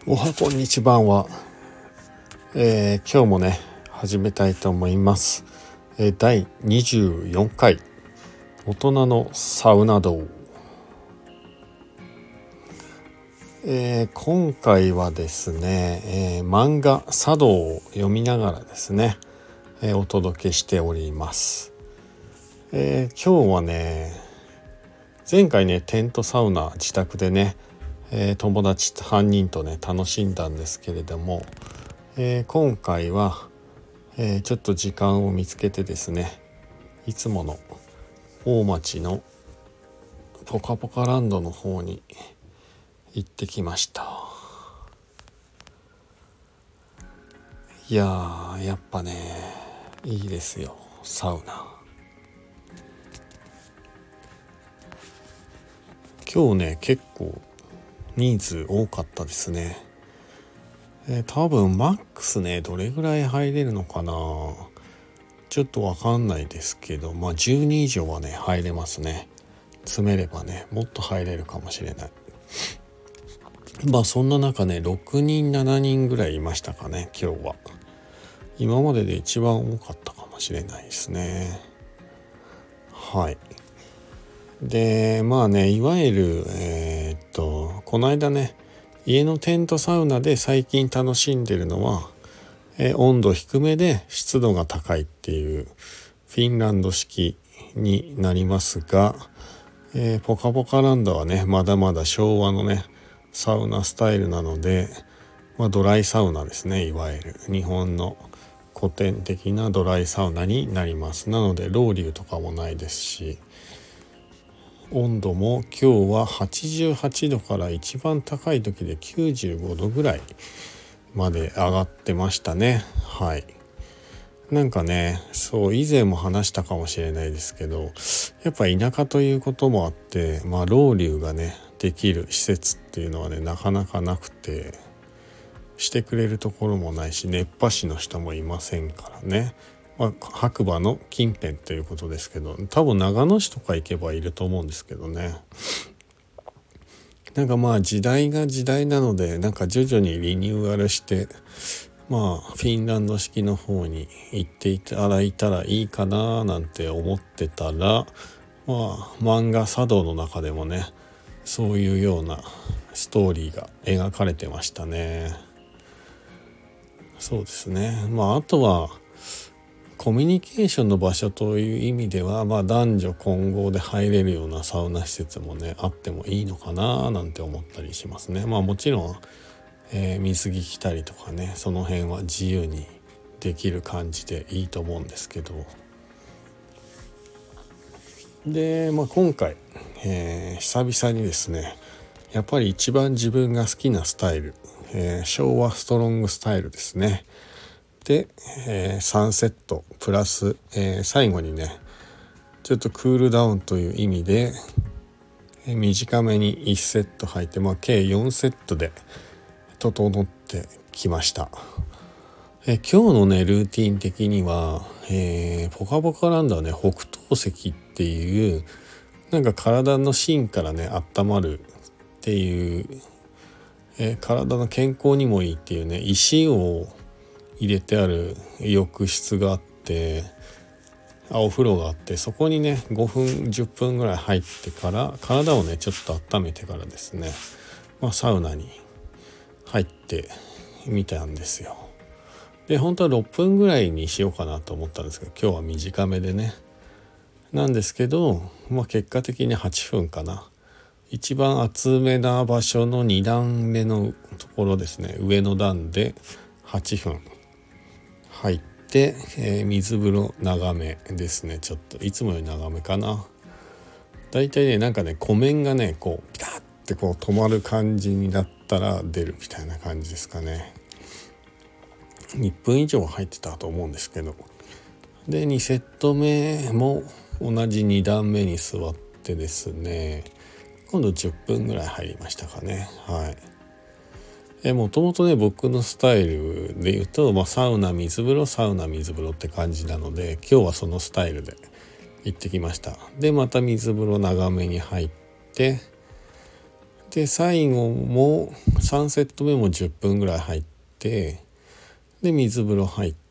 おはこんにちは、今日もね始めたいと思います。第24回大人のサウナ道。今回はですね、漫画茶道を読みながらですね、お届けしております。今日はね、前回ねテントサウナ自宅でね、友達3人とね楽しんだんですけれども、今回は、ちょっと時間を見つけてですね、いつもの大町のポカポカランドの方に行ってきました。いやー、やっぱねいいですよ、サウナ。今日ね結構人数多かったですね。多分マックスねどれぐらい入れるのかな、ちょっとわかんないですけど、10人以上はね入れますね。詰めればねもっと入れるかもしれない。そんな中ね6人7人ぐらいいましたかね。今日は今までで一番多かったかもしれないですね。はい。でいわゆるこの間ね家のテントサウナで最近楽しんでるのは、温度低めで湿度が高いっていうフィンランド式になりますが、ポカポカランドはねまだまだ昭和のねサウナスタイルなので、ドライサウナですね。いわゆる日本の古典的なドライサウナになります。なのでロウリュとかもないですし、温度も今日は88度から一番高い時で95度ぐらいまで上がってましたね。はい。なんかね、そう以前も話したかもしれないですけど、やっぱ田舎ということもあって、ロウリュがねできる施設っていうのはねなかなかなくて、してくれるところもないし、熱波師の人もいませんからね。白馬の近辺ということですけど、多分長野市とか行けばいると思うんですけどね。なんか時代が時代なので、なんか徐々にリニューアルしてフィンランド式の方に行っていただいたらいいかななんて思ってたら、漫画茶道の中でもねそういうようなストーリーが描かれてましたね。そうですね。あとはコミュニケーションの場所という意味では、男女混合で入れるようなサウナ施設もねあってもいいのかななんて思ったりしますね。もちろん、水着着たりとかね、その辺は自由にできる感じでいいと思うんですけど。で、今回、久々にですねやっぱり一番自分が好きなスタイル、昭和ストロングスタイルですね。で、3セットプラス、最後にねちょっとクールダウンという意味で、短めに1セット入って、計4セットで整ってきました。今日のねルーティン的には、ポカポカランドはね北東石っていうなんか体の芯からね温まるっていう、体の健康にもいいっていうね石を入れてある浴室があって、お風呂があって、そこにね5分10分ぐらい入ってから体をねちょっと温めてからですね、サウナに入ってみたんですよ。で本当は6分ぐらいにしようかなと思ったんですけど、今日は短めでねなんですけど、結果的に8分かな。一番厚めな場所の2段目のところですね、上の段で8分入って、水風呂長めですね。ちょっといつもより長めかな。だいたいねなんかね湖面がねこうピタッてこう止まる感じになったら出るみたいな感じですかね。1分以上入ってたと思うんですけど、で2セット目も同じ2段目に座ってですね、今度10分ぐらい入りましたかね。はい。もともとね僕のスタイルで言うと、サウナ水風呂サウナ水風呂って感じなので、今日はそのスタイルで行ってきました。でまた水風呂長めに入って、 で最後も3セット目も10分ぐらい入って、で水風呂入って、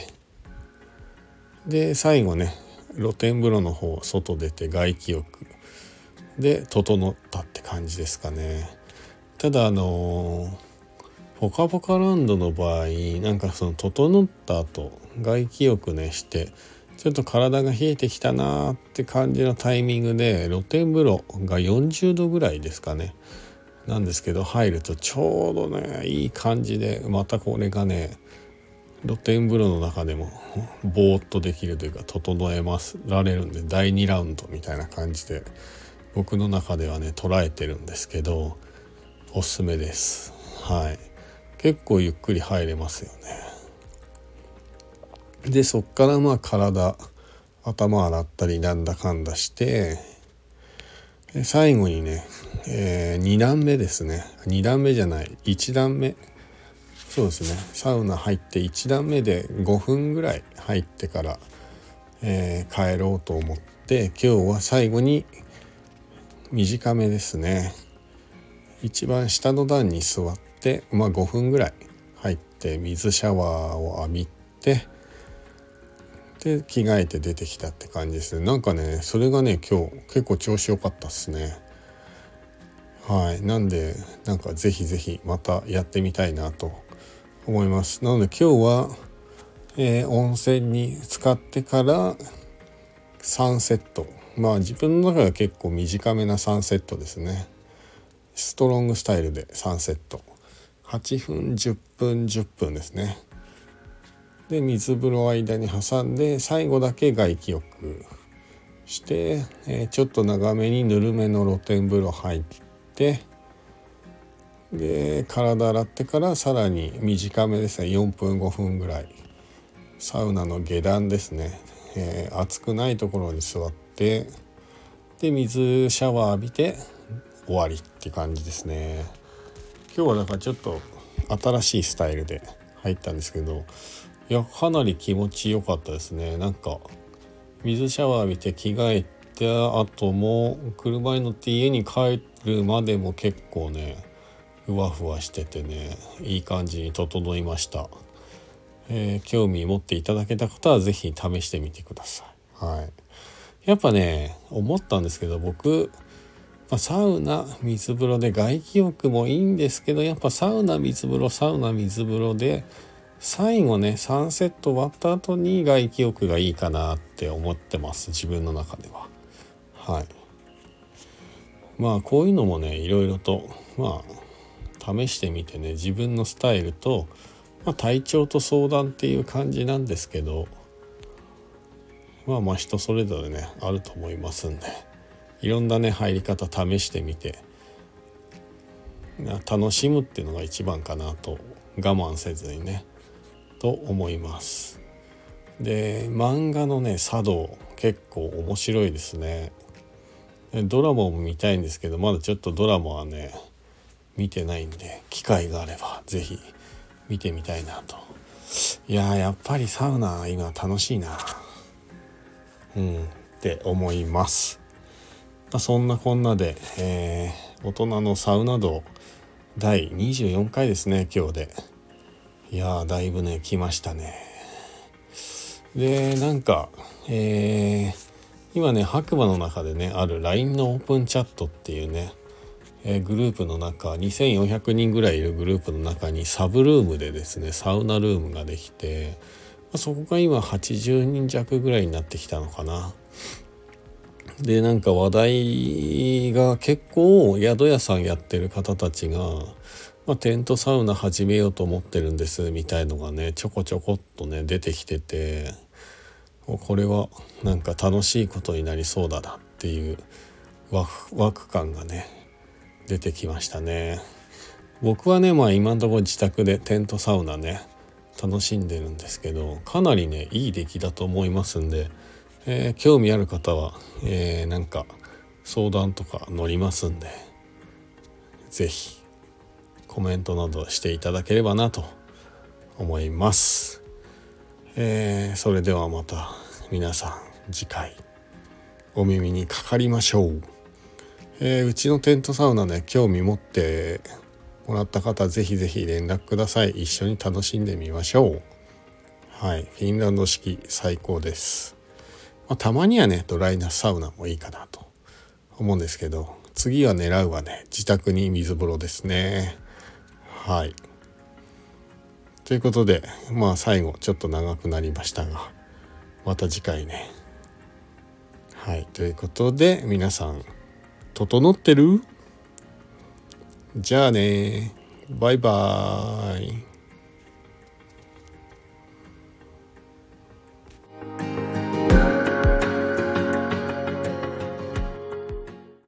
で最後ね露天風呂の方外出て外気浴で整ったって感じですかね。ただポカポカランドの場合なんかその整った後外気浴ねしてちょっと体が冷えてきたなって感じのタイミングで露天風呂が40度ぐらいですかねなんですけど入るとちょうどねいい感じでまたこれがね露天風呂の中でもぼーっとできるというか整えられるんで第2ラウンドみたいな感じで僕の中ではね捉えてるんですけどおすすめです。はい、結構ゆっくり入れますよね。でそっからまあ頭洗ったりなんだかんだして最後にね、2段目ですね2段目じゃない1段目そうですねサウナ入って1段目で5分ぐらい入ってから、帰ろうと思って今日は最後に短めですね一番下の段に座って、5分ぐらい入って水シャワーを浴びてで着替えて出てきたって感じですね。なんかねそれがね今日結構調子良かったっすね。はい、なんでなんかぜひぜひまたやってみたいなと思います。なので今日は、温泉に浸かってから3セット自分の中では結構短めな3セットですね。ストロングスタイルで3セット8分10分10分ですね。で水風呂間に挟んで最後だけ外気浴して、ちょっと長めにぬるめの露天風呂入ってで体洗ってからさらに短めですね4分5分ぐらいサウナの下段ですね、暑くないところに座ってで水シャワー浴びて終わりって感じですね。今日はだからちょっと新しいスタイルで入ったんですけどいやかなり気持ちよかったですね。なんか水シャワー浴びて着替えた後も車に乗って家に帰るまでも結構ねふわふわしててねいい感じに整いました。興味持っていただけた方はぜひ試してみてください。はい、やっぱね思ったんですけど僕サウナ水風呂で外気浴もいいんですけどやっぱサウナ水風呂で最後ね3セット終わった後に外気浴がいいかなって思ってます自分の中では。はい、こういうのもねいろいろと試してみてね自分のスタイルと、体調と相談っていう感じなんですけど人それぞれねあると思いますんでいろんなね入り方試してみて楽しむっていうのが一番かなと我慢せずにねと思います。で漫画のね茶道結構面白いですね。ドラマも見たいんですけどまだちょっとドラマはね見てないんで機会があればぜひ見てみたいなと。やっぱりサウナ今楽しいなって思います。そんなこんなで、大人のサウナ道第24回ですね今日で。だいぶね来ましたね。でなんか、今ね白馬の中でねある LINE のオープンチャットっていうね、グループの中2400人ぐらいいるグループの中にサブルームでですねサウナルームができてそこが今80人弱ぐらいになってきたのかな。でなんか話題が結構宿屋さんやってる方たちが、テントサウナ始めようと思ってるんですみたいのがねちょこちょこっとね出てきててこれはなんか楽しいことになりそうだなっていうワク感がね出てきましたね。僕はね今のところ自宅でテントサウナね楽しんでるんですけどかなりねいい出来だと思いますんで、興味ある方は、なんか相談とか乗りますんでぜひコメントなどしていただければなと思います。それではまた皆さん次回お耳にかかりましょう。 うちのテントサウナね、興味持ってもらった方、ぜひぜひ連絡ください。一緒に楽しんでみましょう。はい、フィンランド式最高です。たまにはね、ドライなサウナもいいかなと思うんですけど、次は狙うはね、自宅に水風呂ですね。はい。ということで、最後ちょっと長くなりましたが、また次回ね。はい、ということで皆さん整ってる？じゃあね、バイバーイ。